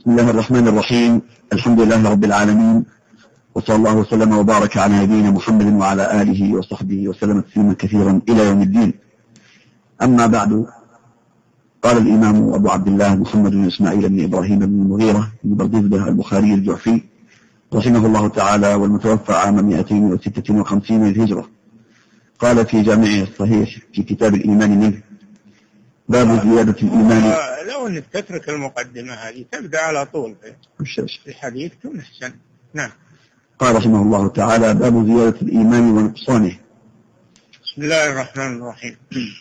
بسم الله الرحمن الرحيم. الحمد لله رب العالمين، وصلى الله وسلم وبارك على نبينا محمد وعلى آله وصحبه وسلم تسليما كثيرا إلى يوم الدين. أما بعد، قال الإمام أبو عبد الله محمد بن إسماعيل بن إبراهيم بن المغيرة بن بردزبة البخاري الجعفي رحمه الله تعالى، والمتوفى عام 256 للهجرة، قال في جامعه الصحيح في كتاب الإيمان منه: باب زيادة الإيمان. لو أنك تترك المقدمة هذه تبدأ على طول في الحديث كن أحسن. نعم. قال رحمه الله تعالى: باب زيادة الإيمان ونقصانه. بسم الله الرحمن الرحيم.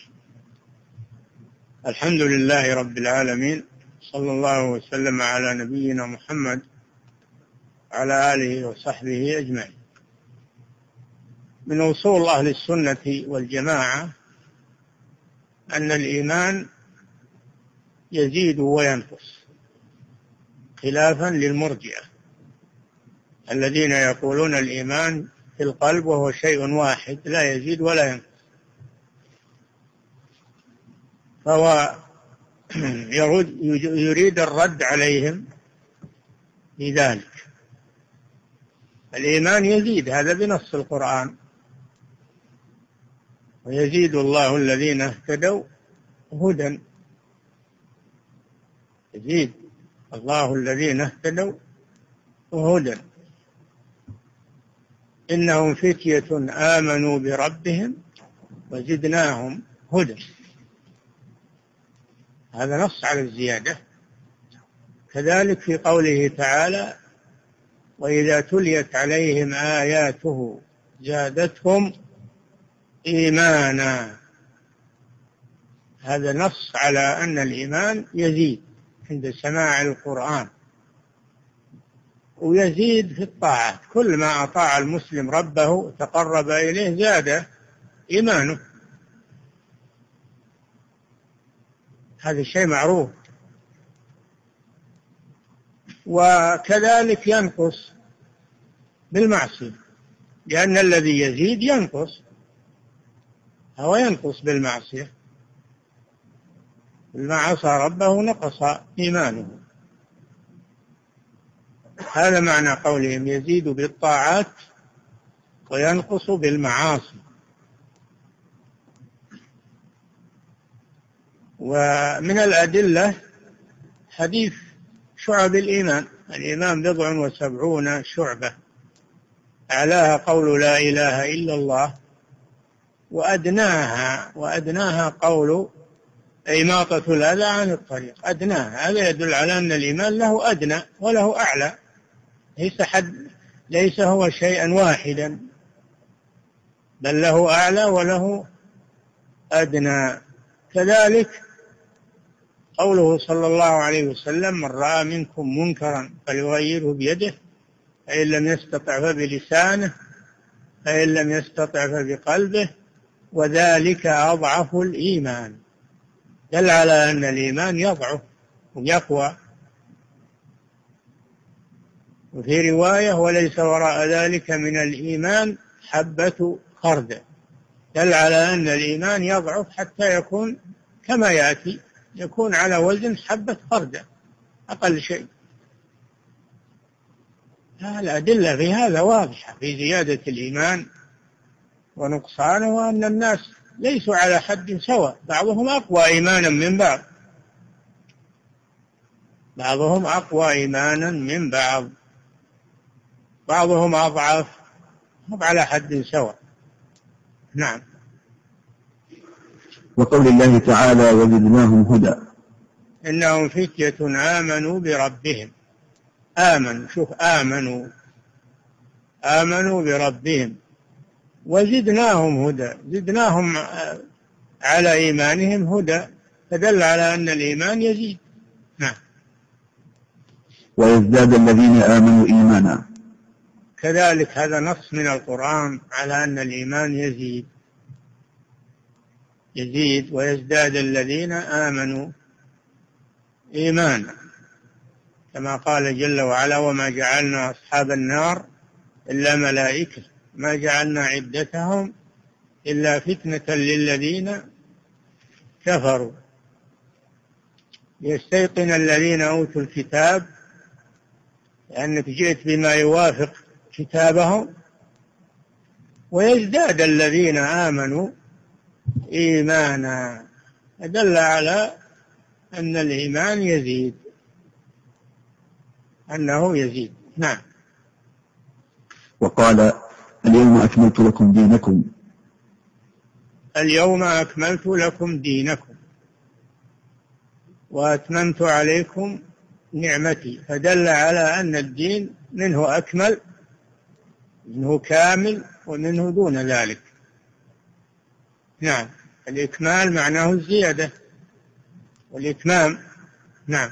الحمد لله رب العالمين، صلى الله وسلم على نبينا محمد على آله وصحبه أجمعين. من أصول أهل السنة والجماعة أن الإيمان يزيد وينقص، خلافا للمرجئة الذين يقولون الإيمان في القلب وهو شيء واحد لا يزيد ولا ينقص. فهو يريد الرد عليهم لذلك. الإيمان يزيد، هذا بنص القرآن: ويزيد الله الذين اهتدوا هدى. يزيد الله الذين اهتدوا هدى. إنهم فتية آمنوا بربهم وزدناهم هدى. هذا نص على الزيادة. كذلك في قوله تعالى: وإذا تليت عليهم آياته زادتهم إيمانا. هذا نص على أن الإيمان يزيد عند سماع القرآن، ويزيد في الطاعات. كل ما أطاع المسلم ربه تقرب إليه زاد إيمانه، هذا شيء معروف. وكذلك ينقص بالمعصية، لأن الذي يزيد ينقص، هو ينقص بالمعصية. ما عصى ربه نقص إيمانه. هذا معنى قولهم يزيد بالطاعات وينقص بالمعاصي. ومن الأدلة حديث شعب الإيمان: الإيمان 70 شعبة، أعلاها قول لا إله إلا الله، وأدناها قول إماطة الأذى عن الطريق. أدناها، هذا يدل على أن الإيمان له أدنى وله أعلى، ليس هو شيئا واحدا، بل له أعلى وله أدنى. كذلك قوله صلى الله عليه وسلم: من رأى منكم منكرا فليغيره بيده، فإن لم يستطع فبلسانه، فإن لم يستطع فبقلبه، وذلك أضعف الإيمان. دل على أن الإيمان يضعف ويقوى. وفي رواية: وليس وراء ذلك من الإيمان حبة خردل. دل على أن الإيمان يضعف حتى يكون كما يأتي، يكون على وزن حبة خردل أقل شيء. الأدلة في هذا واضحة في زيادة الإيمان ونقصانه، وأن الناس ليسوا على حد سواء، بعضهم أقوى إيمانا من بعض، بعضهم أقوى إيمانا من بعض، بعضهم أضعف، هم على حد سواء. نعم. وقول الله تعالى: وزدناهم هدى. إنهم فتية آمنوا بربهم. شوف، آمنوا بربهم وزدناهم هدى. زدناهم على إيمانهم هدى، فدل على أن الإيمان يزيد. نعم. ويزداد الذين آمنوا إيمانا. كذلك هذا نص من القرآن على أن الإيمان يزيد ويزداد الذين آمنوا إيمانا، كما قال جل وعلا: وما جعلنا أصحاب النار إلا ملائكة ما جعلنا عدتهم إلا فتنة للذين كفروا ليستيقن الذين أوتوا الكتاب لأنك جئت بما يوافق كتابهم. ويزداد الذين آمنوا إيمانا، دل على أن الإيمان يزيد، أنه يزيد. نعم. وقال اليوم أكملت لكم دينكم. اليوم أكملت لكم دينكم وأتممت عليكم نعمتي، فدل على أن الدين منه أكمل، منه كامل، ومنه دون ذلك. نعم. الإكمال معناه الزيادة والإتمام. نعم.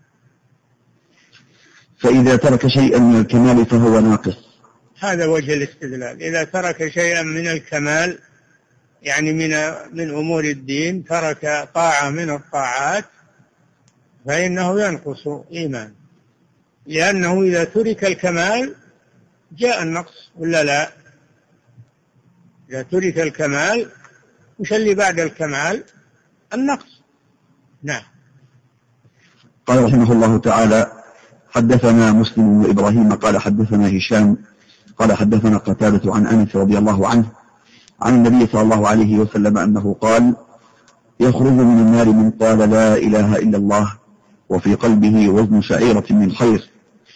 فإذا ترك شيئا من الكمال فهو ناقص. هذا وجه الاستدلال. إذا ترك شيئا من الكمال، يعني من أمور الدين، ترك طاعة من الطاعات، فإنه ينقص إيمان، لأنه إذا ترك الكمال جاء النقص ولا لا؟ إذا ترك الكمال وش اللي بعد الكمال؟ النقص. نعم. قال رحمه الله تعالى: حدثنا مسلم بن إبراهيم قال حدثنا هشام قال حدثنا قتادة عن أنس رضي الله عنه عن النبي صلى الله عليه وسلم أنه قال: يخرج من النار من قال لا إله إلا الله وفي قلبه وزن شعيرة من خير.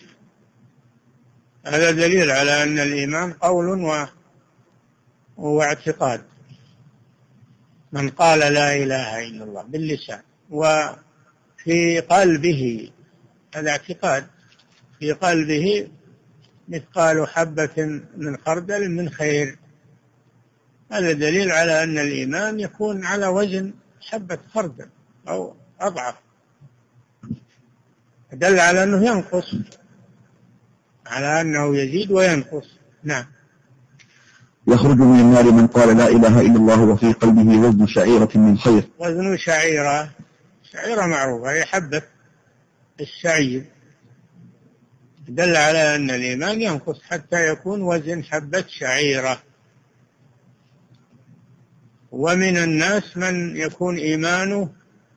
هذا دليل على أن الإيمان قول واعتقاد. من قال لا إله إلا الله باللسان وفي قلبه، هذا اعتقاد، في قلبه مثقال حبة من خردل من خير. هذا دليل على أن الإيمان يكون على وزن حبة خردل أو أضعف، دل على أنه ينقص، على أنه يزيد وينقص. نعم. يخرج من النار من قال لا إله إلا الله وفي قلبه وزن شعيرة من خير. وزن شعيرة، شعيرة معروفة، هي حبة الشعير، دل على أن الإيمان ينقص حتى يكون وزن حبة شعيرة. ومن الناس من يكون إيمانه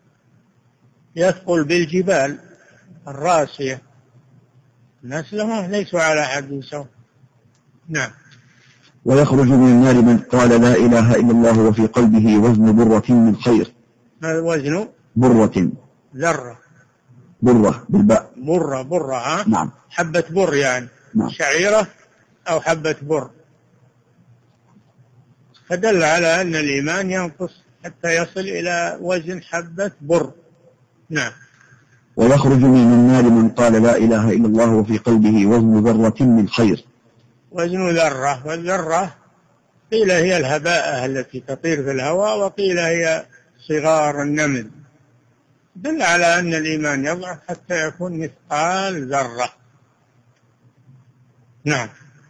يثقل بالجبال الراسية، الناس ليسوا على حد سواء. نعم. ويخرج من النار من قال لا إله إلا الله وفي قلبه وزن برة من خير. هذا وزن برة، ذرة، برة بالباء. برة ها؟ نعم. حبة بر يعني. نعم. شعيرة أو حبة بر، فدل على أن الإيمان ينقص حتى يصل إلى وزن حبة بر. نعم. ويخرج من النار من قال لا إله إلا الله وفي قلبه وزن ذرة من خير. وزن ذرة، والذرة قيل هي الهباء التي تطير في الهواء، وقيل هي صغار النمل، دل على أن الإيمان يضعف حتى يكون مثقال ذرة. نعم.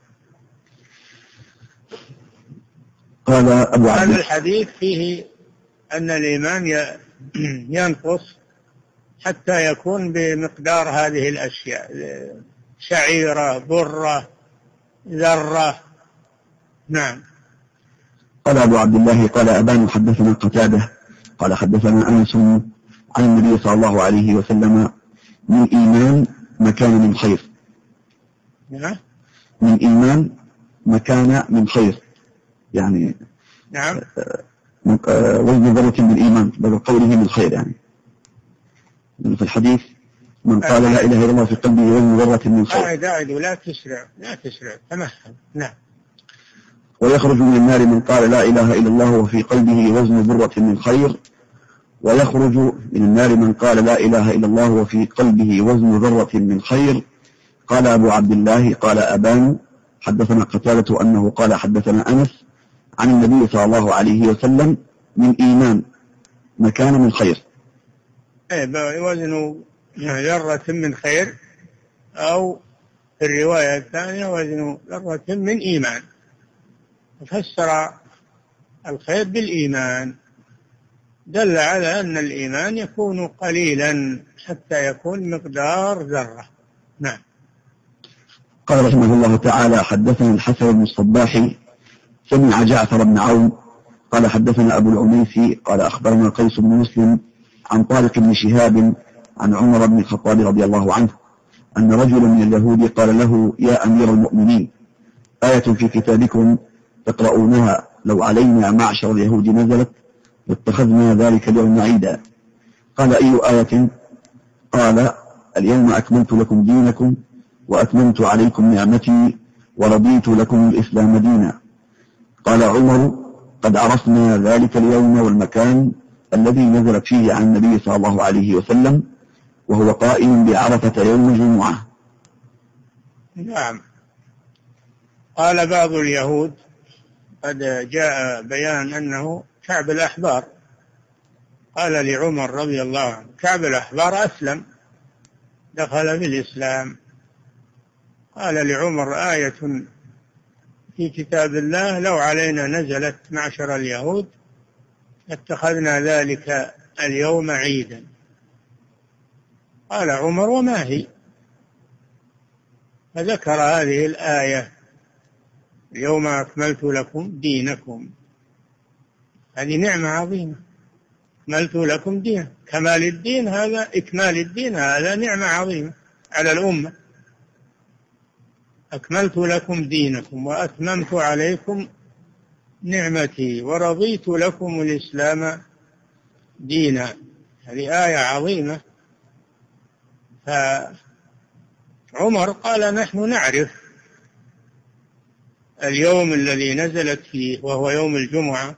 قال أبو عبد هذا الحديث فيه أن الإيمان ينقص حتى يكون بمقدار هذه الأشياء: شعيرة، برة، ذرة. نعم. قال أبو عبد الله قال أبان حدثنا قتادة قال حدثنا أنس عن النبي صلى الله عليه وسلم: من إيمان مكان من خير. نعم. من إيمان مكان من خير، يعني نعم. وزن ذرة من إيمان بدل قوله من خير، يعني في الحديث من قال لا إله إلا الله في قلبه وزن ذرة من خير. أعد ولا تسرع، لا تسرع، تمهل. نعم. ويخرج من النار من قال لا إله إلا الله وفي قلبه وزن ذرة من خير. ويخرج من النار من قال لا إله إلا الله وفي قلبه وزن ذرة من خير. قال أبو عبد الله قال أبان حدثنا قتادة أنه قال حدثنا أنس عن النبي صلى الله عليه وسلم: من إيمان مكان من خير. وزن ذرة من خير، أو في الرواية الثانية وزن ذرة من إيمان، فسر الخير بالإيمان، دل على أن الإيمان يكون قليلا حتى يكون مقدار ذرة. نعم. قال رحمه الله تعالى: حدثنا الحسن بن الصباح سمع جعفر بن عون قال حدثنا أبو العنيسي قال أخبرنا قيس بن مسلم عن طارق بن شهاب عن عمر بن الخطاب رضي الله عنه أن رجلا من اليهود قال له: يا أمير المؤمنين، آية في كتابكم تقرؤونها لو علينا معشر اليهود نزلت لاتخذنا ذلك اليوم عيدا. قال: أي آية؟ قال: اليوم أكملت لكم دينكم وأتممت عليكم نعمتي ورضيت لكم الإسلام دينا. قال عمر: قد عرفنا ذلك اليوم والمكان الذي نزلت فيه عن النبي صلى الله عليه وسلم، وهو قائم بعرفة يوم الجمعة. نعم. قال بعض اليهود، قد جاء بيان أنه كعب الأحبار قال لعمر رضي الله عنه: كعب الأحبار أسلم، دخل في الإسلام. قال لعمر: آية في كتاب الله لو علينا نزلت معشر اليهود اتخذنا ذلك اليوم عيدا. قال عمر: وما هي؟ فذكر هذه الآية: اليوم أكملت لكم دينكم. هذه نعمة عظيمة، أكملت لكم دين، كمال الدين هذا، إكمال الدين هذا نعمة عظيمة على الأمة. أكملت لكم دينكم وأتممت عليكم نعمتي ورضيت لكم الإسلام دينا. هذه آية عظيمة. فعمر قال: نحن نعرف اليوم الذي نزلت فيه وهو يوم الجمعة،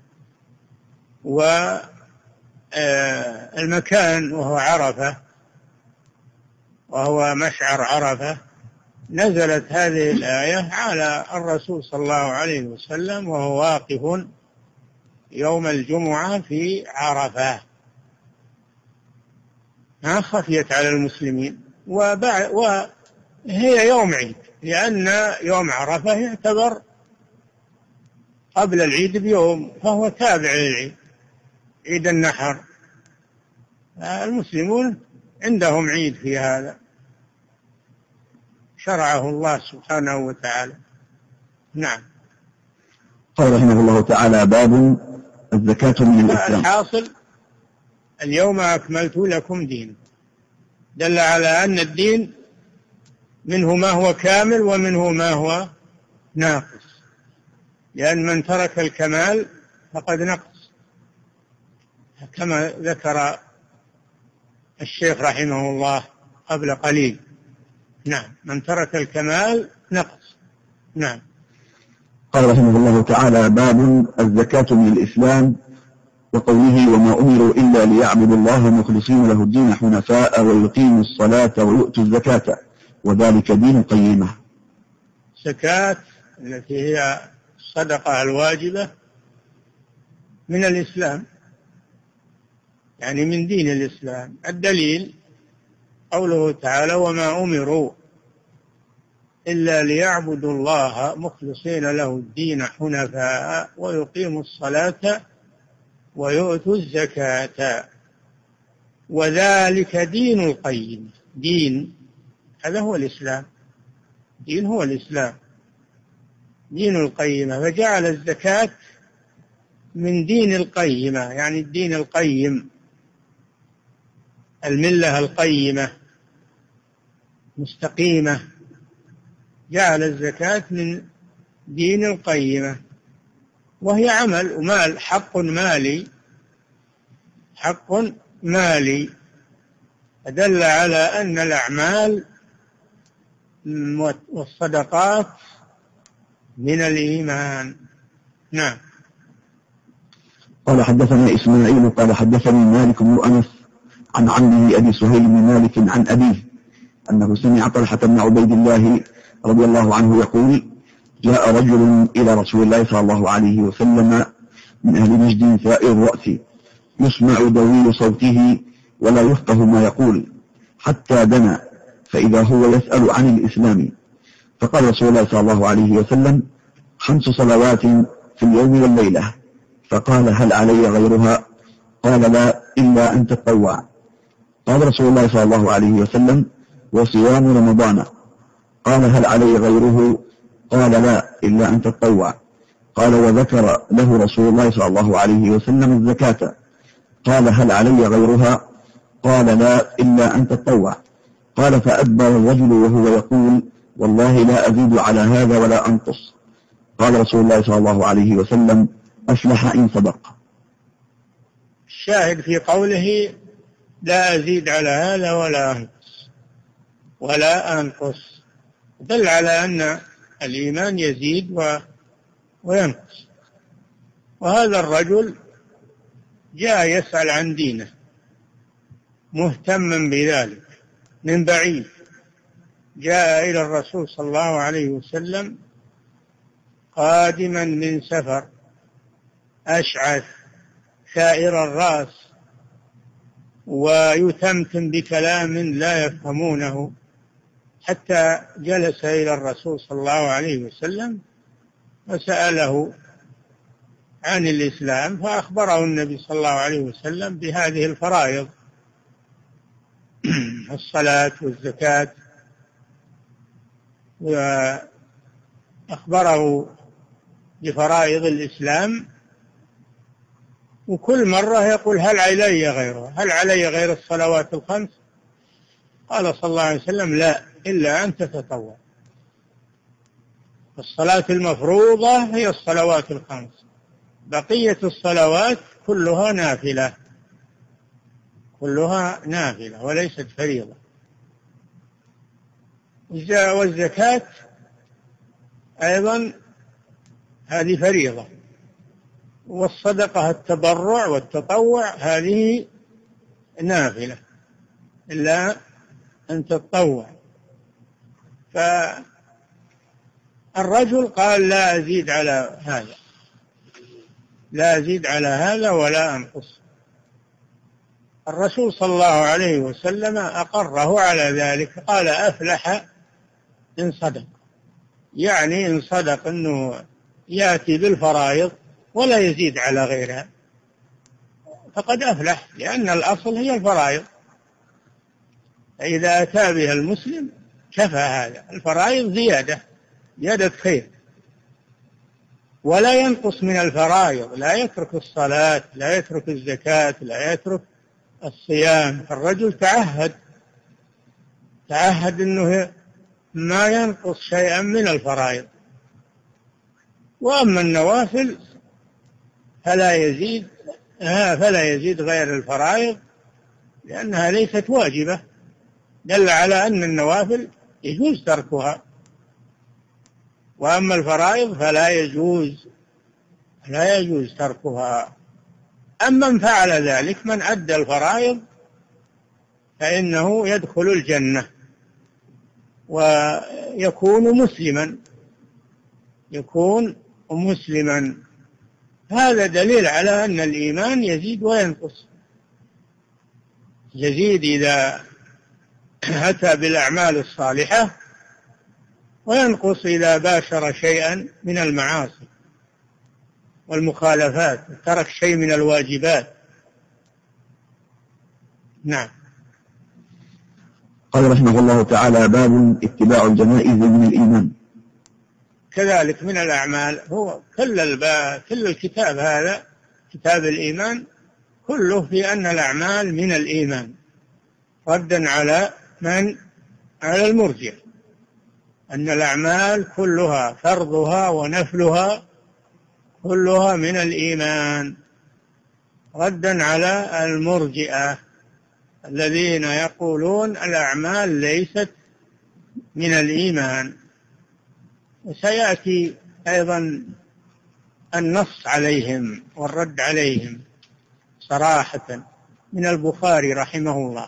والمكان وهو عرفة، وهو مشعر عرفة. نزلت هذه الآية على الرسول صلى الله عليه وسلم وهو واقف يوم الجمعة في عرفة، ما خفيت على المسلمين، وهي يوم عيد، لأن يوم عرفة يعتبر قبل العيد بيوم، فهو تابع للعيد، عيد النحر. المسلمون عندهم عيد في هذا شرعه الله سبحانه وتعالى. نعم. قال رحمه الله تعالى: باب الزكاة من الإسلام. الحاصل: اليوم أكملت لكم دينكم، دل على أن الدين منه ما هو كامل ومنه ما هو ناقص، لأن من ترك الكمال فقد نقص، كما ذكر الشيخ رحمه الله قبل قليل. نعم، من ترك الكمال نقص. نعم. قال رحمه الله تعالى: باب الزكاة من الإسلام، وقوله: وما أمروا إلا ليعبدوا الله مخلصين له الدين حنفاء ويقيموا الصلاة ويؤتوا الزكاة وذلك دين القيمة. الزكاة التي هي الصدقة الواجبة من الإسلام، يعني من دين الإسلام. الدليل قوله تعالى: وما أمروا إلا ليعبدوا الله مخلصين له الدين حنفاء ويقيموا الصلاة ويؤتوا الزكاة وذلك دين القيم. دين هذا هو الإسلام، دين هو الإسلام، دين القيمة. فجعل الزكاة من دين القيمة، يعني الدين القيم، الملة القيمة مستقيمة، جعل الزكاة من دين القيمة، وهي عمل ومال، حق مالي، حق مالي. فدل على أن الأعمال والصدقات من الإيمان. نعم. قال: حدثنا إسماعيل قال حدثني مالك بن أنس عن عمه أبي سهيل بن مالك عن أبيه أنه سمع طلحة بن عبيد الله رضي الله عنه يقول: جاء رجل إلى رسول الله صلى الله عليه وسلم من أهل نجد ثائر الرأس، يسمع دوي صوته ولا يفقه ما يقول، حتى دنا فإذا هو يسأل عن الإسلام. فقال رسول الله صلى الله عليه وسلم: 5 صلوات في اليوم والليلة. فقال: هل علي غيرها؟ قال: لا، إلا أن تتطوع. قال رسول الله صلى الله عليه وسلم: وصيام رمضان. قال: هل علي غيره؟ قال: لا، إلا أن تتطوع. قال: وذكر له رسول الله صلى الله عليه وسلم الزكاة. قال: هل علي غيرها؟ قال: لا، إلا أن تتطوع. قال فأدبر الرجل وهو يقول والله لا أزيد على هذا ولا أنقص. قال رسول الله صلى الله عليه وسلم أفلح إن صدق. الشاهد في قوله لا أزيد على هذا ولا أنقص دل على أن الإيمان يزيد وينقص. وهذا الرجل جاء يسأل عن دينه مهتما بذلك من بعيد، جاء إلى الرسول صلى الله عليه وسلم قادما من سفر أشعث ثائر الرأس ويتمتم بكلام لا يفهمونه، حتى جلس إلى الرسول صلى الله عليه وسلم وسأله عن الإسلام، فأخبره النبي صلى الله عليه وسلم بهذه الفرائض الصلاة والزكاة، وأخبره بفرائض الإسلام. وكل مرة يقول هل علي غيره؟ هل علي غير الصلوات الخمس؟ قال صلى الله عليه وسلم لا، إلا أن تتطوع. الصلاة المفروضة هي الصلوات الخمس، بقية الصلوات كلها نافلة، كلها نافلة وليست فريضة. والزكاة أيضا هذه فريضة، والصدقة التبرع والتطوع هذه نافلة إلا أن تتطوع. فالرجل قال لا أزيد على هذا، لا أزيد على هذا ولا أنقص. الرسول صلى الله عليه وسلم أقره على ذلك، قال أفلح إن صدق، يعني إن صدق أنه يأتي بالفرائض ولا يزيد على غيرها فقد أفلح، لأن الأصل هي الفرائض، إذا أتى بها المسلم كفى هذا. الفرائض زيادة خير، ولا ينقص من الفرائض، لا يترك الصلاة، لا يترك الزكاة، لا يترك الصيام. الرجل تعهد أنه ما ينقص شيئا من الفرائض. وأما النوافل فلا يزيد غير الفرائض، لأنها ليست واجبة، دل على أن النوافل يجوز تركها، وأما الفرائض فلا يجوز تركها. أما من فعل ذلك، من أدى الفرائض فإنه يدخل الجنة ويكون مسلما. هذا دليل على أن الإيمان يزيد وينقص، يزيد إذا أتى بالأعمال الصالحة، وينقص إذا باشر شيئا من المعاصي والمخالفات، ترك شيء من الواجبات. نعم. قال رحمه الله تعالى باب اتباع الجنائز من الإيمان. كذلك من الأعمال، هو كل الكتاب هذا كتاب الإيمان كله في أن الأعمال من الإيمان، ردا على المرجئة، أن الأعمال كلها فرضها ونفلها كلها من الإيمان، ردا على المرجئة الذين يقولون الأعمال ليست من الإيمان. وسيأتي أيضا النص عليهم والرد عليهم صراحة من البخاري رحمه الله،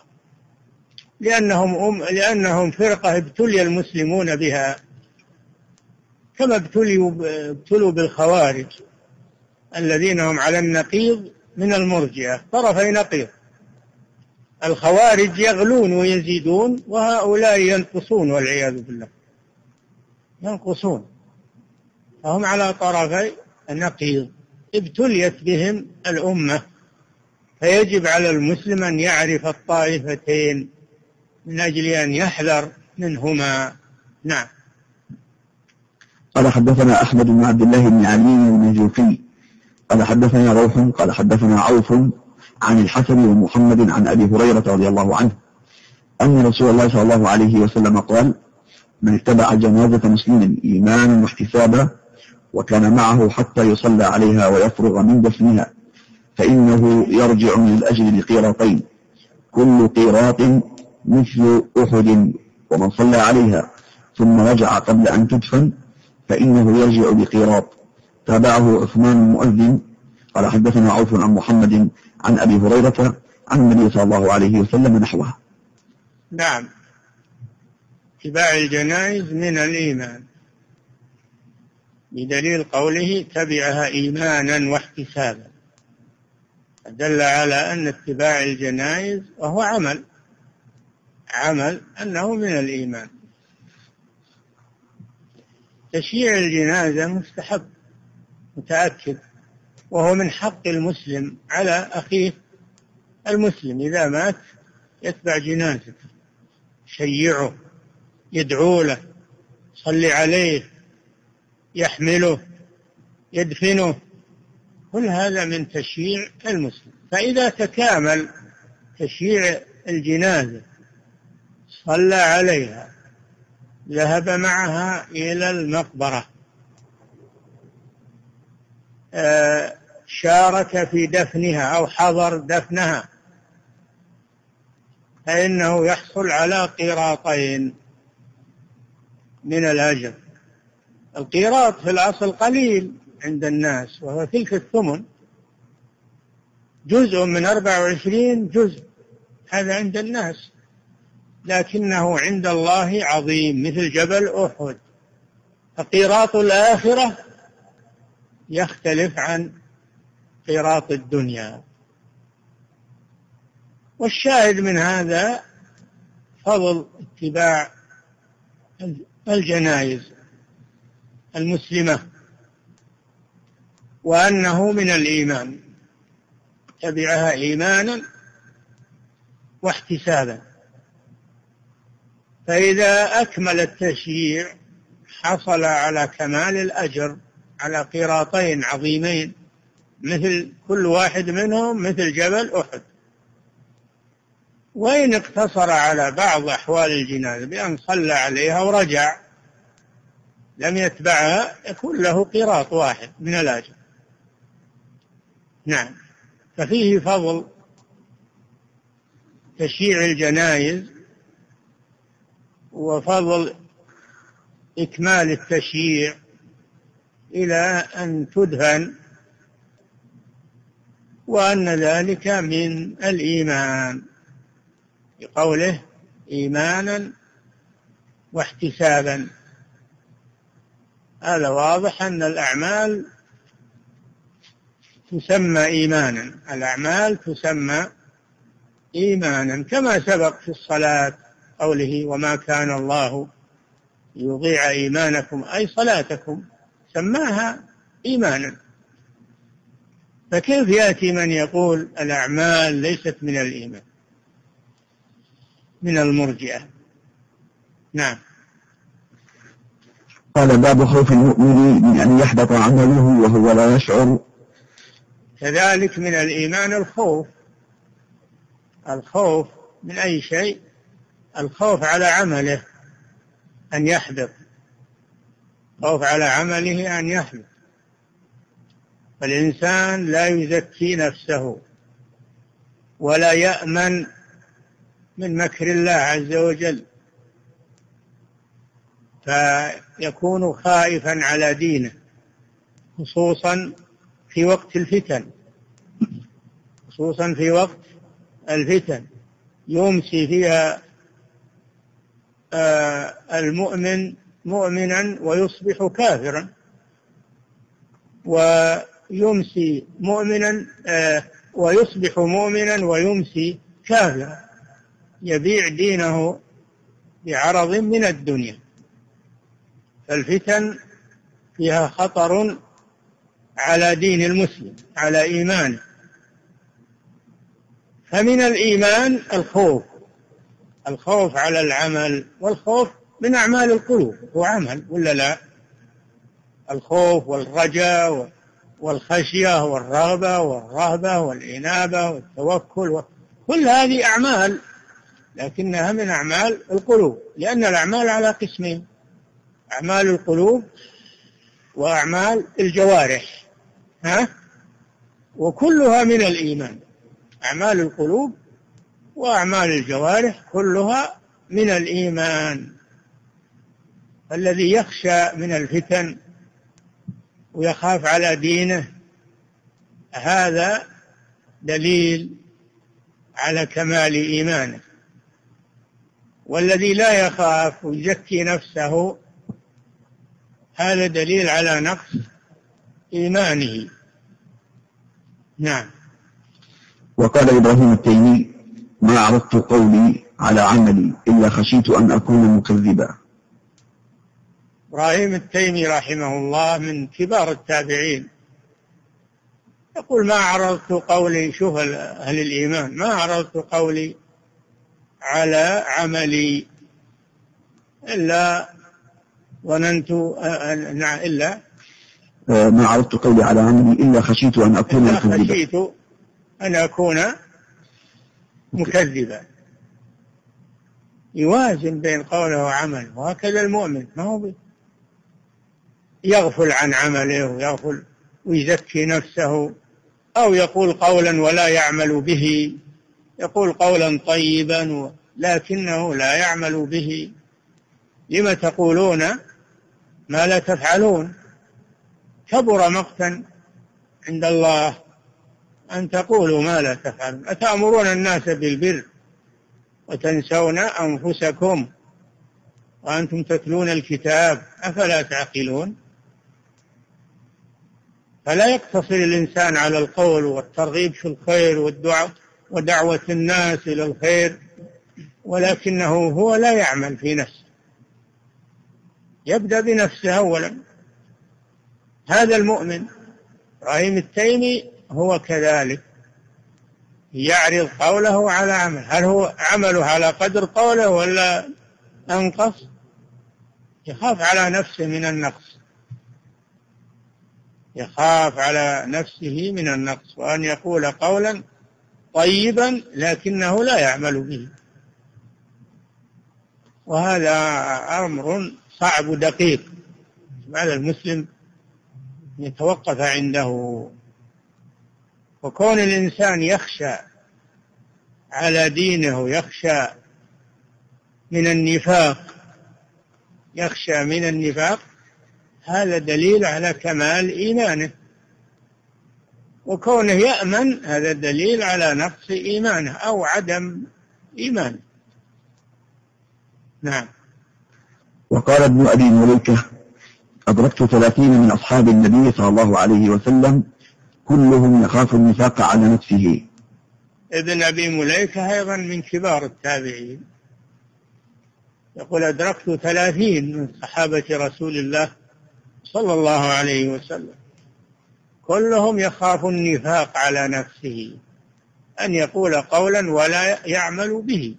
لأنهم فرقة ابتلي المسلمون بها، كما ابتلوا بالخوارج الذين هم على النقيض من المرجئة، طرفي نقيض. الخوارج يغلون ويزيدون، وهؤلاء ينقصون والعياذ بالله، ينقصون، فهم على طرفي النقيض. ابتليت بهم الأمة، فيجب على المسلم أن يعرف الطائفتين من أجل أن يحذر منهما. نعم. قال حدثنا أحمد بن عبد الله بن علي النجوفي قال حدثنا روح قال حدثنا عوف عن الحسن ومحمد عن أبي هريرة رضي الله عنه أن رسول الله صلى الله عليه وسلم قال: من اتبع جنازة مسلم إيمانا واحتسابا وكان معه حتى يصلى عليها ويفرغ من دفنها فإنه يرجع من الأجر بقيراطين، كل قيراط مثل أحد، ومن صلى عليها ثم رجع قبل أن تدفن فإنه يرجع بقيراط. تابعه عثمان المؤذن قال: حدثنا عوف عن محمد عن أبي هريرة عن النبي صلى الله عليه وسلم نحوه. نعم، اتباع الجنائز من الإيمان بدليل قوله تبعها إيمانا واحتسابا، دل على أن اتباع الجنائز وهو عمل أنه من الإيمان. تشييع الجنازة مستحب متأكد، وهو من حق المسلم على أخيه المسلم إذا مات يتبع جنازته، يشيعه، يدعو له، يصلي عليه، يحمله، يدفنه، كل هذا من تشييع المسلم. فإذا تكامل تشييع الجنازة صلى عليها، ذهب معها إلى المقبرة، شارك في دفنها أو حضر دفنها، فإنه يحصل على قيراطين من الأجر. القيراط في الأصل قليل عند الناس، وهو تلك الثمن، جزء من 24 جزء، هذا عند الناس، لكنه عند الله عظيم مثل جبل أحد. فقيراط الآخرة يختلف عن قيراط الدنيا. والشاهد من هذا فضل اتباع الجنائز المسلمة، وأنه من الإيمان، تبعها إيمانا واحتسابا. فإذا أكمل التشييع حصل على كمال الأجر، على قيراطين عظيمين، مثل كل واحد منهم مثل جبل أحد. وإن اقتصر على بعض أحوال الجنازة بأن صلى عليها ورجع لم يتبعها، يكون له قيراط واحد من الأجر. نعم، ففيه فضل تشييع الجنائز وفضل إكمال التشييع إلى أن تدفن، وأن ذلك من الإيمان بقوله إيمانا واحتسابا. هذا واضح أن الأعمال تسمى إيمانا، الأعمال تسمى إيمانا، كما سبق في الصلاة قوله وما كان الله ليضيع إيمانكم أي صلاتكم، سماها إيمانا. فكيف يأتي من يقول الأعمال ليست من الإيمان؟ من المرجئة. نعم. قال: باب خوف المؤمن من أن يحبط عمله وهو لا يشعر. كذلك من الإيمان الخوف من أي شيء، الخوف على عمله أن يحبط، خوف على عمله أن يحبط. فالإنسان لا يزكي نفسه ولا يأمن من مكر الله عز وجل، فيكون خائفا على دينه، خصوصا في وقت الفتن، يمسي فيها المؤمن مؤمنا ويصبح كافرا، ويمسي مؤمنا ويصبح مؤمنا ويمسي كافرا، يبيع دينه بعرض من الدنيا. فالفتن فيها خطر على دين المسلم، على إيمانه. فمن الإيمان الخوف على العمل، والخوف من أعمال القلوب هو عمل ولا لا؟ الخوف والرجاء والخشية والرغبة والرهبة والإنابة والتوكل كل هذه أعمال لكنها من أعمال القلوب، لأن الأعمال على قسمين: أعمال القلوب وأعمال الجوارح، وكلها من الإيمان. أعمال القلوب وأعمال الجوارح كلها من الإيمان. الذي يخشى من الفتن ويخاف على دينه هذا دليل على كمال إيمانه، والذي لا يخاف ويزكي نفسه هذا دليل على نقص إيمانه. نعم. وقال إبراهيم التيمي: ما عرضت قولي على عملي إلا خشيت أن أكون مكذبا. إبراهيم التيمي رحمه الله من كبار التابعين، يقول: ما عرضت قولي، شوف أهل الإيمان، ما عرضت قولي على عملي إلا ظننت إلا ما عرضت قولي على عملي إلا خشيت أن أكون مكذبا. خشيت أن أكون مكذبا. يوازن بين قوله وعمله، وهكذا المؤمن ما هو يغفل عن عمله ويغفل ويزكي نفسه، أو يقول قولا ولا يعمل به، يقول قولا طيبا لكنه لا يعمل به. لم تقولون ما لا تفعلون؟ كبر مقتا عند الله أن تقولوا ما لا تفعلون. أتأمرون الناس بالبر وتنسون أنفسكم وأنتم تتلون الكتاب أفلا تعقلون؟ فلا يقتصر الإنسان على القول والترغيب في الخير ودعوة الناس إلى الخير، ولكنه هو لا يعمل في نفسه، يبدأ بنفسه أولا. هذا المؤمن إبراهيم التيمي هو كذلك، يعرض قوله على عمل. هل هو عمله على قدر قوله ولا أنقص؟ يخاف على نفسه من النقص، يخاف على نفسه من النقص، وأن يقول قولا طيبا لكنه لا يعمل به، وهذا أمر صعب دقيق على المسلم يتوقف عنده. وكون الإنسان يخشى على دينه، يخشى من النفاق، يخشى من النفاق، هذا دليل على كمال إيمانه. وكونه يأمن هذا دليل على نقص إيمانه أو عدم إيمانه. نعم. وقال ابن أبي مليكة: أدركت 30 من أصحاب النبي صلى الله عليه وسلم كلهم يخاف النفاق على نفسه. ابن أبي مليكة أيضا من كبار التابعين، يقول: أدركت 30 من صحابة رسول الله صلى الله عليه وسلم كلهم يخاف النفاق على نفسه، أن يقول قولا ولا يعمل به،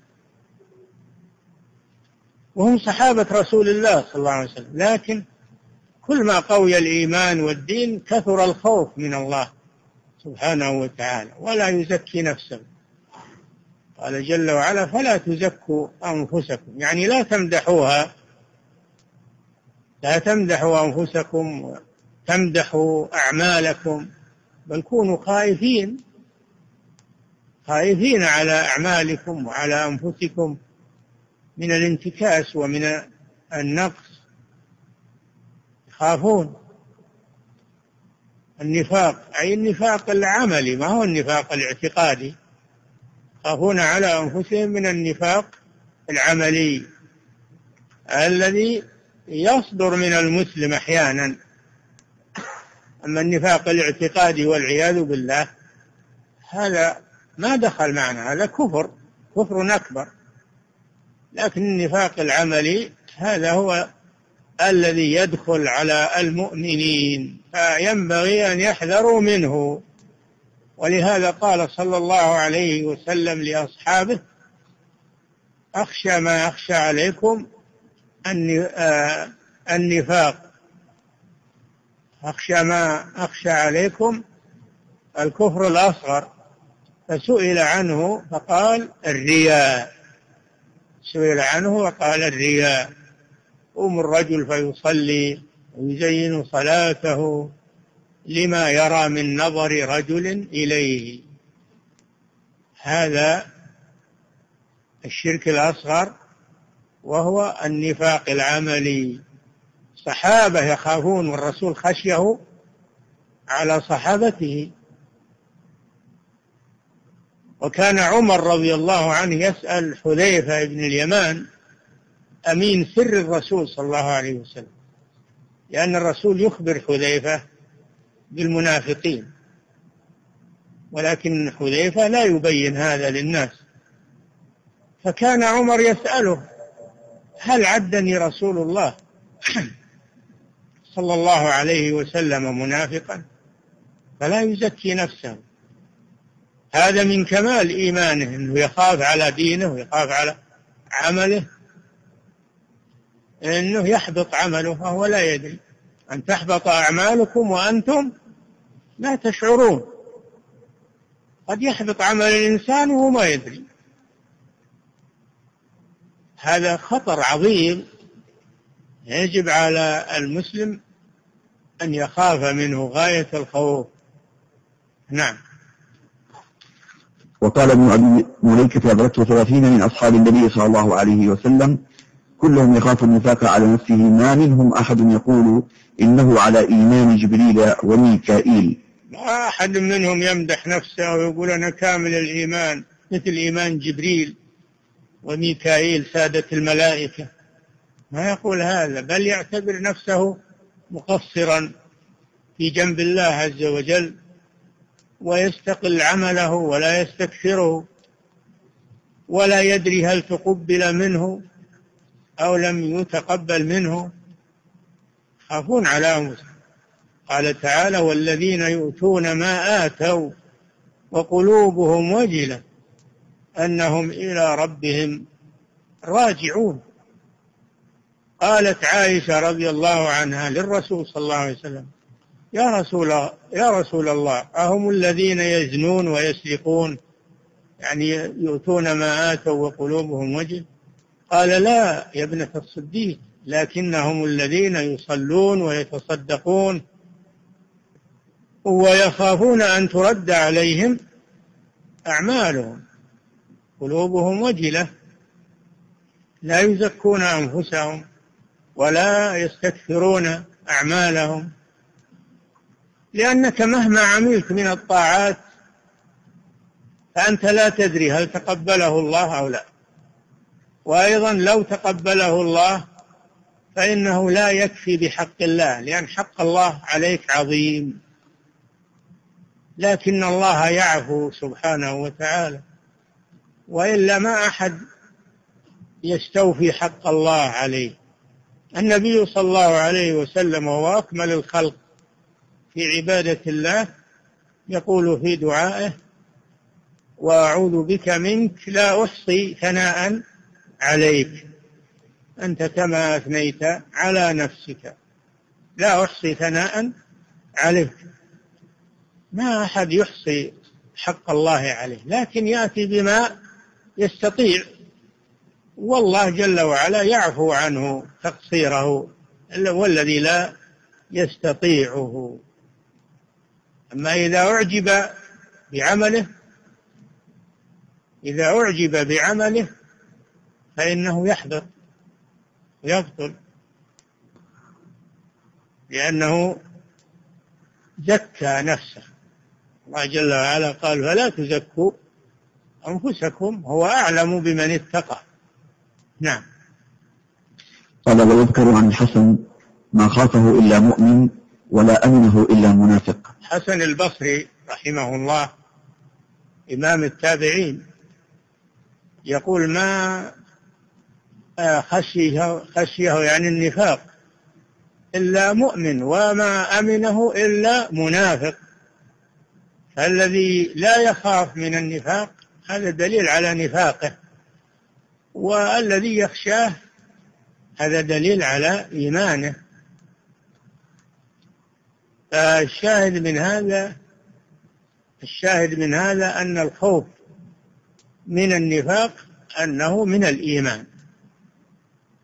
وهم صحابة رسول الله صلى الله عليه وسلم. لكن كل ما قوي الإيمان والدين كثر الخوف من الله سبحانه وتعالى، ولا يزكي نفسه. قال جل وعلا: فلا تزكوا أنفسكم، يعني لا تمدحوها، لا تمدحوا أنفسكم وتمدحوا أعمالكم، بل كونوا خائفين على أعمالكم وعلى أنفسكم من الانتكاس ومن النقص. يخافون النفاق، أي النفاق العملي، ما هو النفاق الاعتقادي. يخافون على أنفسهم من النفاق العملي الذي يصدر من المسلم أحيانا. أما النفاق الاعتقادي والعياذ بالله هذا ما دخل معنا، هذا كفر أكبر. لكن النفاق العملي هذا هو الذي يدخل على المؤمنين، فينبغي أن يحذروا منه. ولهذا قال صلى الله عليه وسلم لأصحابه: أخشى ما أخشى عليكم النفاق، أخشى ما أخشى عليكم الكفر الأصغر. فسئل عنه فقال: الرياء. سئل عنه وقال الرياء. يقوم الرجل فيصلي ويزين صلاته لما يرى من نظر رجل إليه. هذا الشرك الأصغر، وهو النفاق العملي. صحابة يخافون، والرسول خشيه على صحابته. وكان عمر رضي الله عنه يسأل حذيفة بن اليمان أمين سر الرسول صلى الله عليه وسلم، لأن الرسول يخبر حذيفة بالمنافقين، ولكن حذيفة لا يبين هذا للناس. فكان عمر يسأله هل عدني رسول الله صلى الله عليه وسلم منافقا؟ فلا يزكي نفسه. هذا من كمال إيمانه، أنه يخاف على دينه ويخاف على عمله، أنه يحبط عمله وهو لا يدري. أن تحبط أعمالكم وأنتم لا تشعرون. قد يحبط عمل الإنسان وهو ما يدري. هذا خطر عظيم يجب على المسلم أن يخاف منه غاية الخوف. نعم. وقال ابن أبي مليكة أدركت 30 من أصحاب النبي صلى الله عليه وسلم كلهم يخاف النفاق على نفسه، ما منهم أحد يقول إنه على إيمان جبريل وميكائيل. ما أحد منهم يمدح نفسه ويقول أنا كامل الإيمان مثل إيمان جبريل وميكائيل سادة الملائكة. ما يقول هذا، بل يعتبر نفسه مقصرا في جنب الله عز وجل، ويستقل عمله ولا يستكثره، ولا يدري هل تقبل منه أو لم يتقبل منه. خافون على أنفسهم. قال تعالى والذين يؤتون ما آتوا وقلوبهم وجلة أنهم إلى ربهم راجعون. قالت عائشة رضي الله عنها للرسول صلى الله عليه وسلم يا رسول الله أهم الذين يزنون ويسرقون، يعني يؤتون ما آتوا وقلوبهم وجل؟ قال لا يا ابنة الصديق، لكنهم الذين يصلون ويتصدقون ويخافون أن ترد عليهم أعمالهم قلوبهم وجلة، لا يزكون أنفسهم ولا يستكثرون أعمالهم. لأنك مهما عملت من الطاعات فأنت لا تدري هل تقبله الله أو لا. وأيضا لو تقبله الله فإنه لا يكفي بحق الله، لأن حق الله عليك عظيم. لكن الله يعفو سبحانه وتعالى، وإلا ما أحد يستوفي حق الله عليه. النبي صلى الله عليه وسلم وهو أكمل الخلق في عبادة الله يقول في دعائه وأعوذ بك منك لا أحصي ثناء عليك أنت كما أثنيت على نفسك. لا أحصي ثناء عليك. ما أحد يحصي حق الله عليه، لكن يأتي بما يستطيع، والله جل وعلا يعفو عنه تقصيره والذي لا يستطيعه. أما إذا أعجب بعمله فإنه يبطل، لأنه زكى نفسه. الله جل وعلا قال فلا تزكوا أنفسكم هو أعلم بمن اتقى. نعم. قال ويذكر عن الحسن ما خافه إلا مؤمن ولا أمنه إلا منافق. حسن البصري رحمه الله إمام التابعين يقول ما خشيه يعني النفاق إلا مؤمن وما أمنه إلا منافق. فالذي لا يخاف من النفاق هذا دليل على نفاقه، والذي يخشاه هذا دليل على إيمانه. فالشاهد من هذا أن الخوف من النفاق أنه من الإيمان.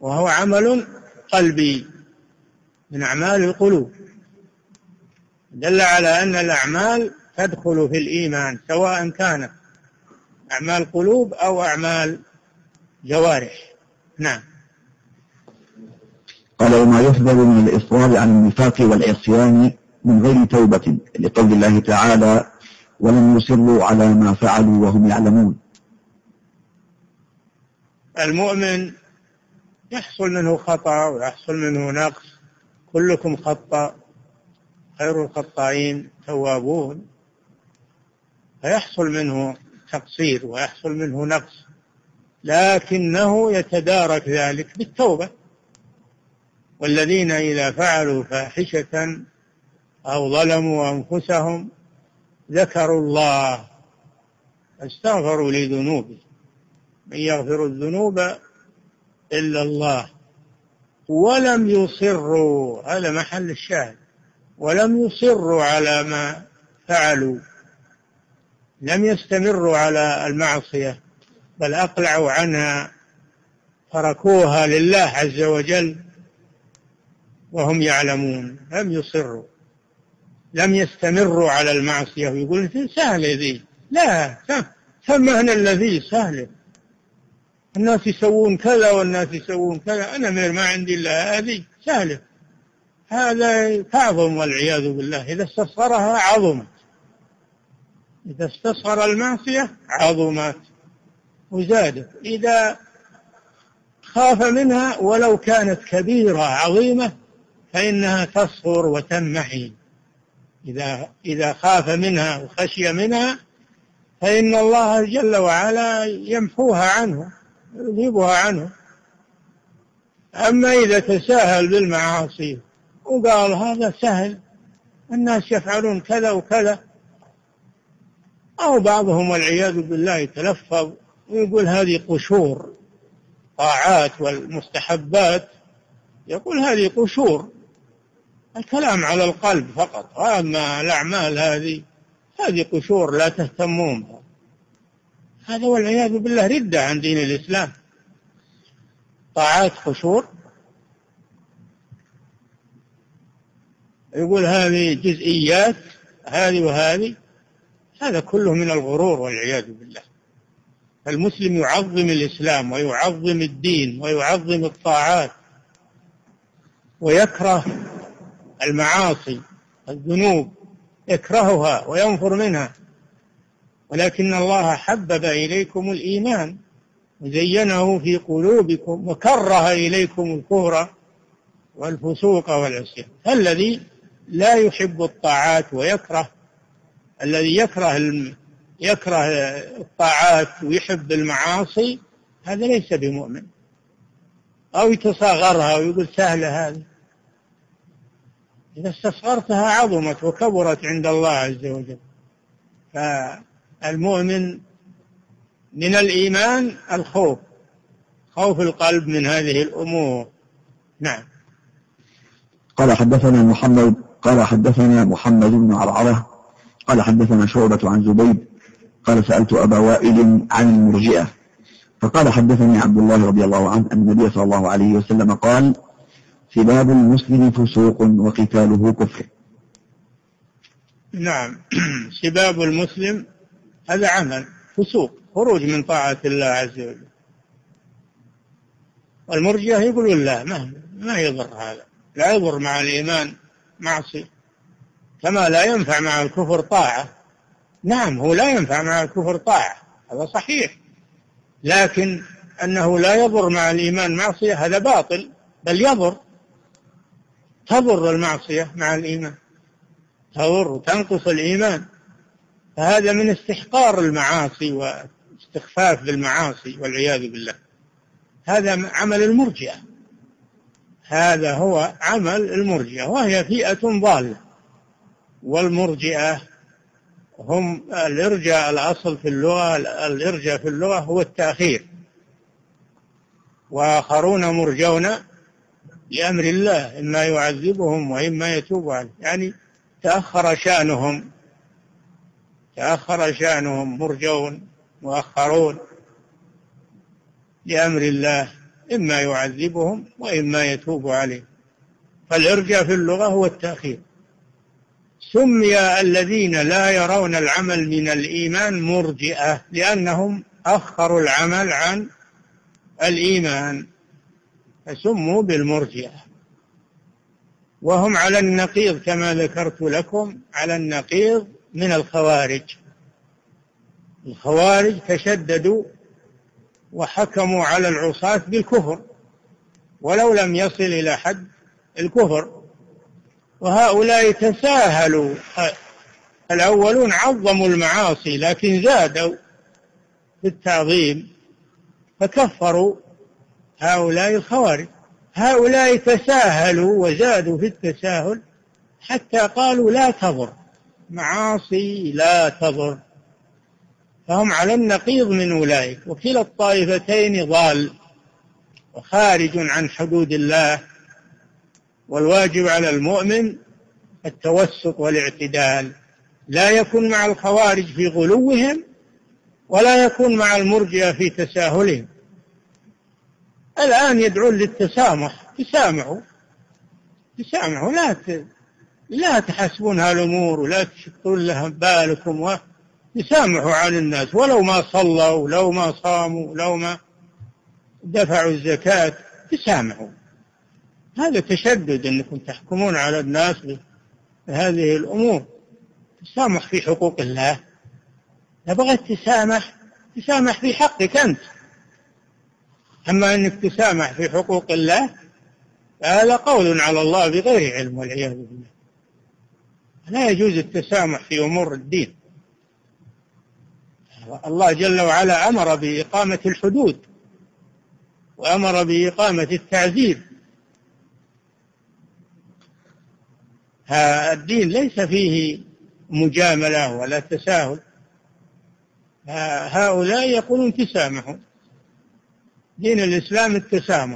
وهو عمل قلبي من أعمال القلوب، دل على أن الأعمال تدخل في الإيمان سواء كانت أعمال قلوب أو أعمال جوارح. نعم. قال وما يحذر من الإصرار على النفاق والعصيان من غير توبة، لقول الله تعالى ولم يصروا على ما فعلوا وهم يعلمون. المؤمن يحصل منه خطأ ويحصل منه نقص، كلكم خطأ خير الخطائين توابون، فيحصل منه تقصير ويحصل منه نقص، لكنه يتدارك ذلك بالتوبة. والذين إذا فعلوا فاحشة أو ظلموا أنفسهم ذكروا الله فاستغفروا لذنوبهم، من يغفر الذنوب إلا الله ولم يصروا، هذا محل الشاهد، ولم يصروا على ما فعلوا، لم يستمروا على المعصية بل أقلعوا عنها، تركوها لله عز وجل وهم يعلمون، لم يصروا، لم يستمروا على المعصية ويقول سهلة ذي، لا، ثمهنا الذي سهلة، الناس يسوون كذا والناس يسوون كذا، أنا ما عندي إلا هذه سهلة، هذا تعظم والعياذ بالله. إذا استصغرها عظمت، إذا استصغر المعصية عظمت وزادت، إذا خاف منها ولو كانت كبيرة عظيمة فإنها تصغر وتنمحي. إذا خاف منها وخشي منها فإن الله جل وعلا يمحوها عنه، يذهبها عنه. أما إذا تساهل بالمعاصي وقال هذا سهل، الناس يفعلون كذا وكذا، أو بعضهم والعياذ بالله يتلفظ ويقول هذه قشور طاعات والمستحبات، يقول هذه قشور، الكلام على القلب فقط، وأما الأعمال هذه قشور لا تهتمون بها، هذا والعياذ بالله ردة عن دين الإسلام. طاعات قشور، يقول هذه جزئيات هذه وهذه، هذا كله من الغرور والعياذ بالله. المسلم يعظم الإسلام ويعظم الدين ويعظم الطاعات ويكره المعاصي الذنوب، يكرهها وينفر منها، ولكن الله حبب إليكم الإيمان وزينه في قلوبكم وكره إليكم الكفر والفسوق والعصيان. الذي لا يحب الطاعات ويكره، الذي يكره الطاعات ويحب المعاصي، هذا ليس بمؤمن، أو يتصاغرها ويقول سهلة هذه، إذا استصغرتها عظمت وكبرت عند الله عز وجل. فالمؤمن من الإيمان الخوف، خوف القلب من هذه الأمور. نعم. قال حدثنا محمد بن عرعرة قال حدثنا شعبة عن زبيد قال سألت أبا وائل عن المرجئة فقال حدثني عبد الله رضي الله عنه أن النبي صلى الله عليه وسلم قال سباب المسلم فسوق وقتاله كفر. نعم. سباب المسلم هذا عمل فسوق، خروج من طاعة الله عز وجل. والمرجئة يقولون لا، ما يضر هذا، لا يضر مع الإيمان معصية، كما لا ينفع مع الكفر طاعة. نعم، هو لا ينفع مع الكفر طاعة، هذا صحيح، لكن أنه لا يضر مع الإيمان معصية هذا باطل، بل يضر، تضر المعصية مع الإيمان، تضر وتنقص الإيمان، فهذا من استحقار المعاصي واستخفاف بالمعاصي والعياذ بالله. هذا عمل المرجئة، هذا هو عمل المرجئة، وهي فئة ضالة. والمرجئة هم الإرجاء، الأصل في اللغة، الإرجاء في اللغة هو التأخير، وآخرون مرجون لأمر الله إما يعذبهم وإما يتوب عليهم، يعني تأخر شأنهم، مرجون مؤخرون لأمر الله، إما يعذبهم وإما يتوب عليهم. فالإرجاء في اللغة هو التأخير. سمي الذين لا يرون العمل من الإيمان مرجئة لأنهم أخروا العمل عن الإيمان، فسموا بالمرجئة. وهم على النقيض كما ذكرت لكم، على النقيض من الخوارج. الخوارج تشددوا وحكموا على العصاة بالكفر ولو لم يصل إلى حد الكفر، وهؤلاء تساهلوا. الأولون عظموا المعاصي لكن زادوا في التعظيم فكفروا هؤلاء الخوارج. هؤلاء تساهلوا وزادوا في التساهل حتى قالوا لا تضر، معاصي لا تضر، فهم على النقيض من أولئك. وكلا الطائفتين ضال وخارج عن حدود الله. والواجب على المؤمن التوسط والاعتدال، لا يكون مع الخوارج في غلوهم ولا يكون مع المرجئة في تساهلهم. الآن يدعون للتسامح، تسامحوا، لا تحسبونها الأمور ولا تشتون لها بالكم، وتسامحوا عن الناس ولو ما صلوا، لو ما صاموا، لو ما دفعوا الزكاة، تسامحوا. هذا تشدد أنكم تحكمون على الناس بهذه الأمور. تسامح في حقوق الله. نبغى تسامح في حقك أنت، أما أنك تسامح في حقوق الله فهذا قول على الله بغير علم والعياذ بالله. لا يجوز التسامح في أمور الدين. الله جل وعلا أمر بإقامة الحدود وأمر بإقامة التعذير. الدين ليس فيه مجاملة ولا تساهل. هؤلاء يقولون تسامحوا. دين الإسلام التسامح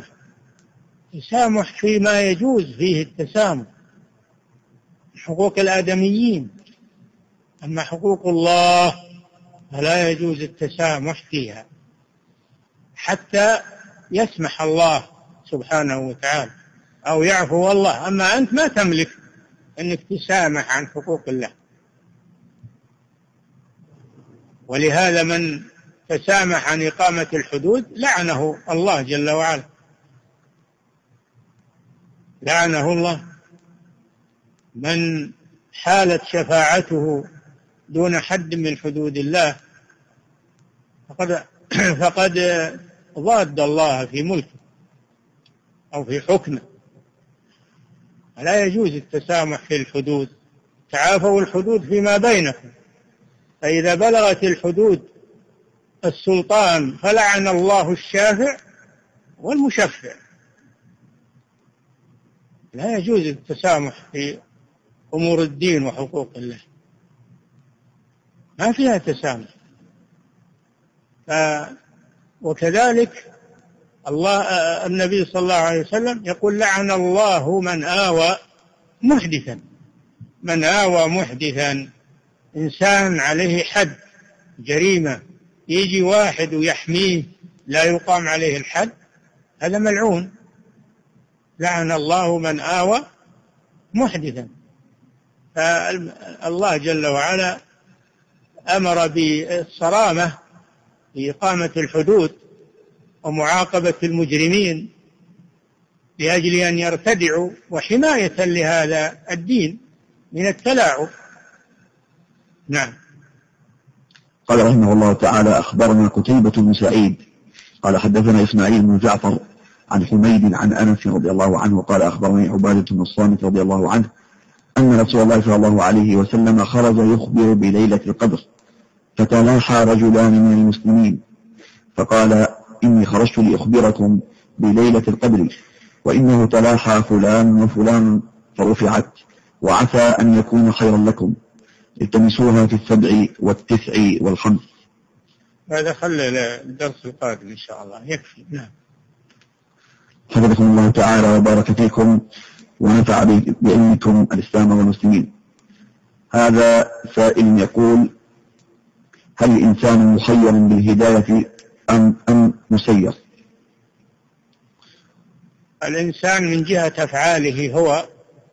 فيما يجوز فيه التسامح، حقوق الآدميين. أما حقوق الله فلا يجوز التسامح فيها حتى يسمح الله سبحانه وتعالى أو يعفو الله. أما أنت ما تملك أنك تسامح عن حقوق الله. ولهذا من تسامح عن إقامة الحدود لعنه الله جل وعلا، لعنه الله. من حالت شفاعته دون حد من حدود الله فقد ضاد الله في ملكه أو في حكمه. لا يجوز التسامح في الحدود. تعافوا الحدود فيما بينكم، فإذا بلغت الحدود السلطان فلعن الله الشافع والمشفع. لا يجوز التسامح في أمور الدين وحقوق الله، ما فيها تسامح. وكذلك النبي صلى الله عليه وسلم يقول لعن الله من آوى محدثا. إنسان عليه حد جريمة يجي واحد ويحميه لا يقام عليه الحد، هذا ملعون. لعن الله من آوى محدثا. فالله جل وعلا أمر بالصرامة في إقامة الحدود ومعاقبة المجرمين لأجل أن يرتدعوا، وحماية لهذا الدين من التلاعب. نعم. قال رحمه الله تعالى: أخبرنا قتيبة بن سعيد قال حدثنا إسماعيل بن جعفر عن حميد عن أنس رضي الله عنه قال أخبرني عبادة بن الصامت رضي الله عنه أن رسول الله صلى الله عليه وسلم خرج يخبر بليلة القدر، فتلاحى رجلان من المسلمين فقال: إني خرجت لأخبركم بليلة القدر، وإنه تلاحى فلان وفلان فرفعت، وعسى أن يكون خيرا لكم، التمسوها في 7 و9 و5. هذا خلى الدرس القادم إن شاء الله، يكفي. نعم. حفظكم الله تعالى وبارك فيكم ونفع بعلمكم الإسلام والمسلمين. هذا سائل يقول: هل الإنسان مخير بالهداية أم مسير؟ الإنسان من جهة أفعاله هو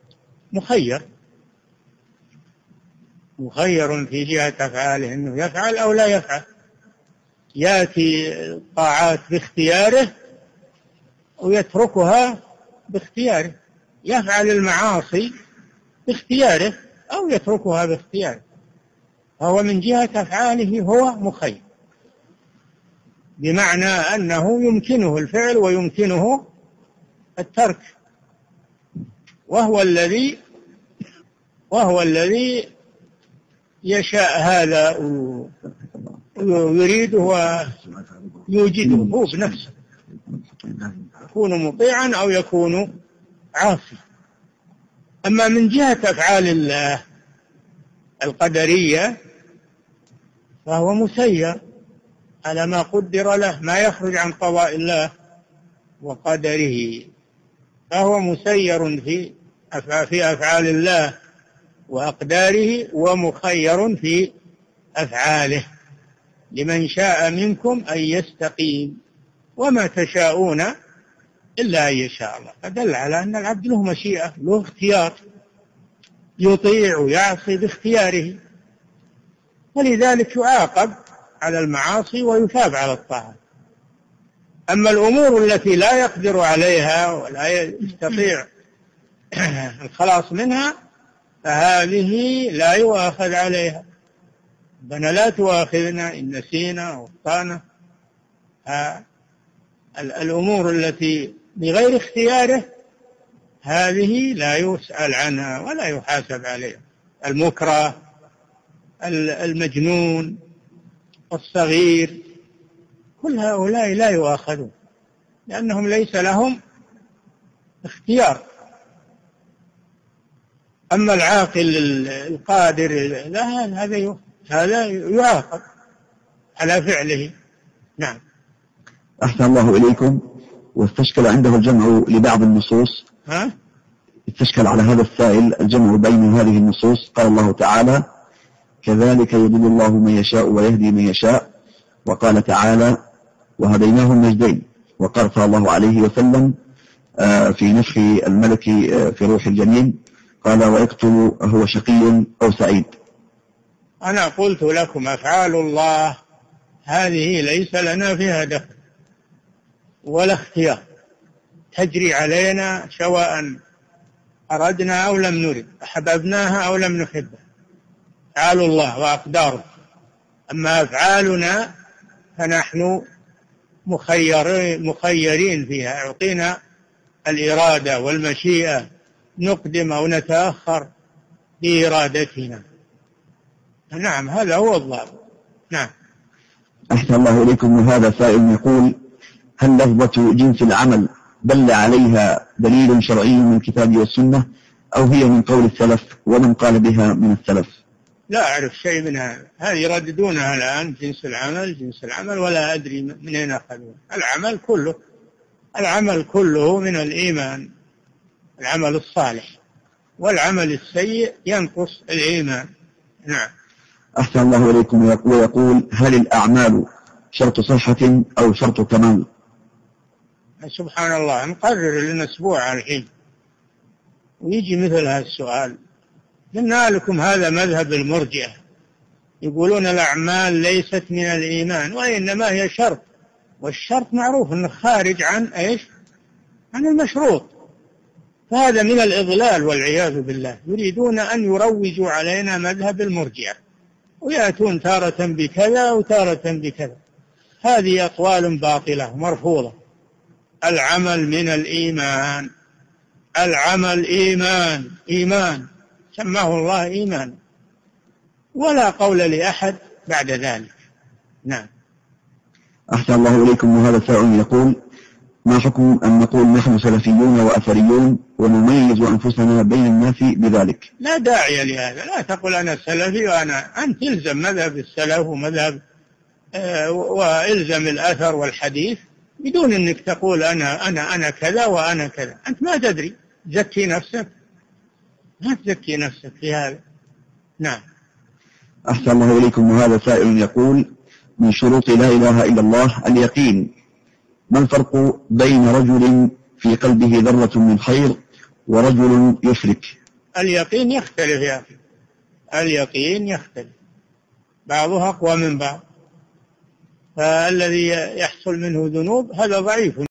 مخير في جهة أفعاله، أنه يفعل أو لا يفعل. يأتي الطاعات باختياره ويتركها باختياره، يفعل المعاصي باختياره أو يتركها باختياره، فهو من جهة أفعاله هو مخير، بمعنى أنه يمكنه الفعل ويمكنه الترك، وهو الذي يشاء هذا ويريده ويوجده هو بنفسه، يكون مطيعا أو يكون عاصي. أما من جهة أفعال الله القدرية فهو مسير على ما قدر له، ما يخرج عن قضاء الله وقدره، فهو مسير في أفعال الله وأقداره، ومخير في أفعاله، لمن شاء منكم أن يستقيم، وما تشاءون إلا أن يشاء الله. فدل على أن العبد له مشيئة، له اختيار، يطيع ويعصي باختياره، ولذلك يعاقب على المعاصي ويثاب على الطاعة. أما الأمور التي لا يقدر عليها ولا يستطيع الخلاص منها فهذه لا يؤاخذ عليها. ربنا لا تؤاخذنا إن نسينا أو أخطأنا. الأمور التي بغير اختياره هذه لا يسأل عنها ولا يحاسب عليها. المكره، المجنون، الصغير، كل هؤلاء لا يؤاخذون لأنهم ليس لهم اختيار. أما العاقل القادر هذا يعاقب على فعله. نعم. أحسن الله إليكم. واستشكل عنده الجمع لبعض النصوص. استشكل على هذا السائل الجمع بين هذه النصوص. قال الله تعالى: كذلك يضل الله من يشاء ويهدي من يشاء. وقال تعالى: وهديناه النجدين. وقال صلى الله عليه وسلم في نفخ الملك في روح الجنين قال: ويقتل هو شقي أو سعيد. أنا قلت لكم أفعال الله هذه ليس لنا فيها دخل ولا اختيار، تجري علينا سواء أردنا أو لم نرد، أحببناها أو لم نحبها، أفعال الله وأقداره. أما أفعالنا فنحن مخيرين فيها، أعطينا الإرادة والمشيئة، نقدم أو نتأخر بإرادتنا. نعم، هذا هو الضابط. نعم. أحسن الله إليكم. وهذا سائل يقول: هل لفظة جنس العمل دل عليها دليل شرعي من الكتاب والسنة، أو هي من قول السلف ومن قال بها من السلف؟ لا أعرف شيء من هذا، هذه يرددونها الآن، جنس العمل، ولا أدري من أين أخذوها. العمل كله من الإيمان، العمل الصالح، والعمل السيء ينقص الإيمان. نعم. أحسن الله إليكم. ويقول: هل الأعمال شرط صحة أو شرط كمال؟ سبحان الله، نقرر لنا أسبوع الحين ويجي مثل هذا السؤال. قلنا لكم هذا مذهب المرجئة، يقولون الأعمال ليست من الإيمان وإنما هي شرط، والشرط معروف أنه خارج عن إيش؟ عن المشروط. فهذا من الإضلال والعياذ بالله. يريدون أن يروجوا علينا مذهب المرجئة ويأتون تارة بكذا وتارة بكذا. هذه أقوال باطلة مرفوضة. العمل من الإيمان، العمل إيمان سماه الله إيمان، ولا قول لأحد بعد ذلك. نعم. أحسن الله إليكم. وهذا سائل يقول: ما حكم أن نقول نحن سلفيون وأثريون ونميز أنفسنا بين الناس بذلك؟ لا داعي لهذا، لا تقول أنا سلفي أنت إلزم مذهب السلف ومذهب وإلزم الأثر والحديث بدون أنك تقول أنا كذا وأنا كذا. أنت ما تدري، زكي نفسك، ما تزكي نفسك في هذا. نعم. أحسن الله إليكم. وهذا سائل يقول: من شروط لا إله إلا الله اليقين، ما الفرق بين رجل في قلبه ذرة من خير ورجل يشرك. اليقين يختلف يا أخي، اليقين يختلف، بعضها أقوى من بعض، فالذي يحصل منه ذنوب هذا ضعيف.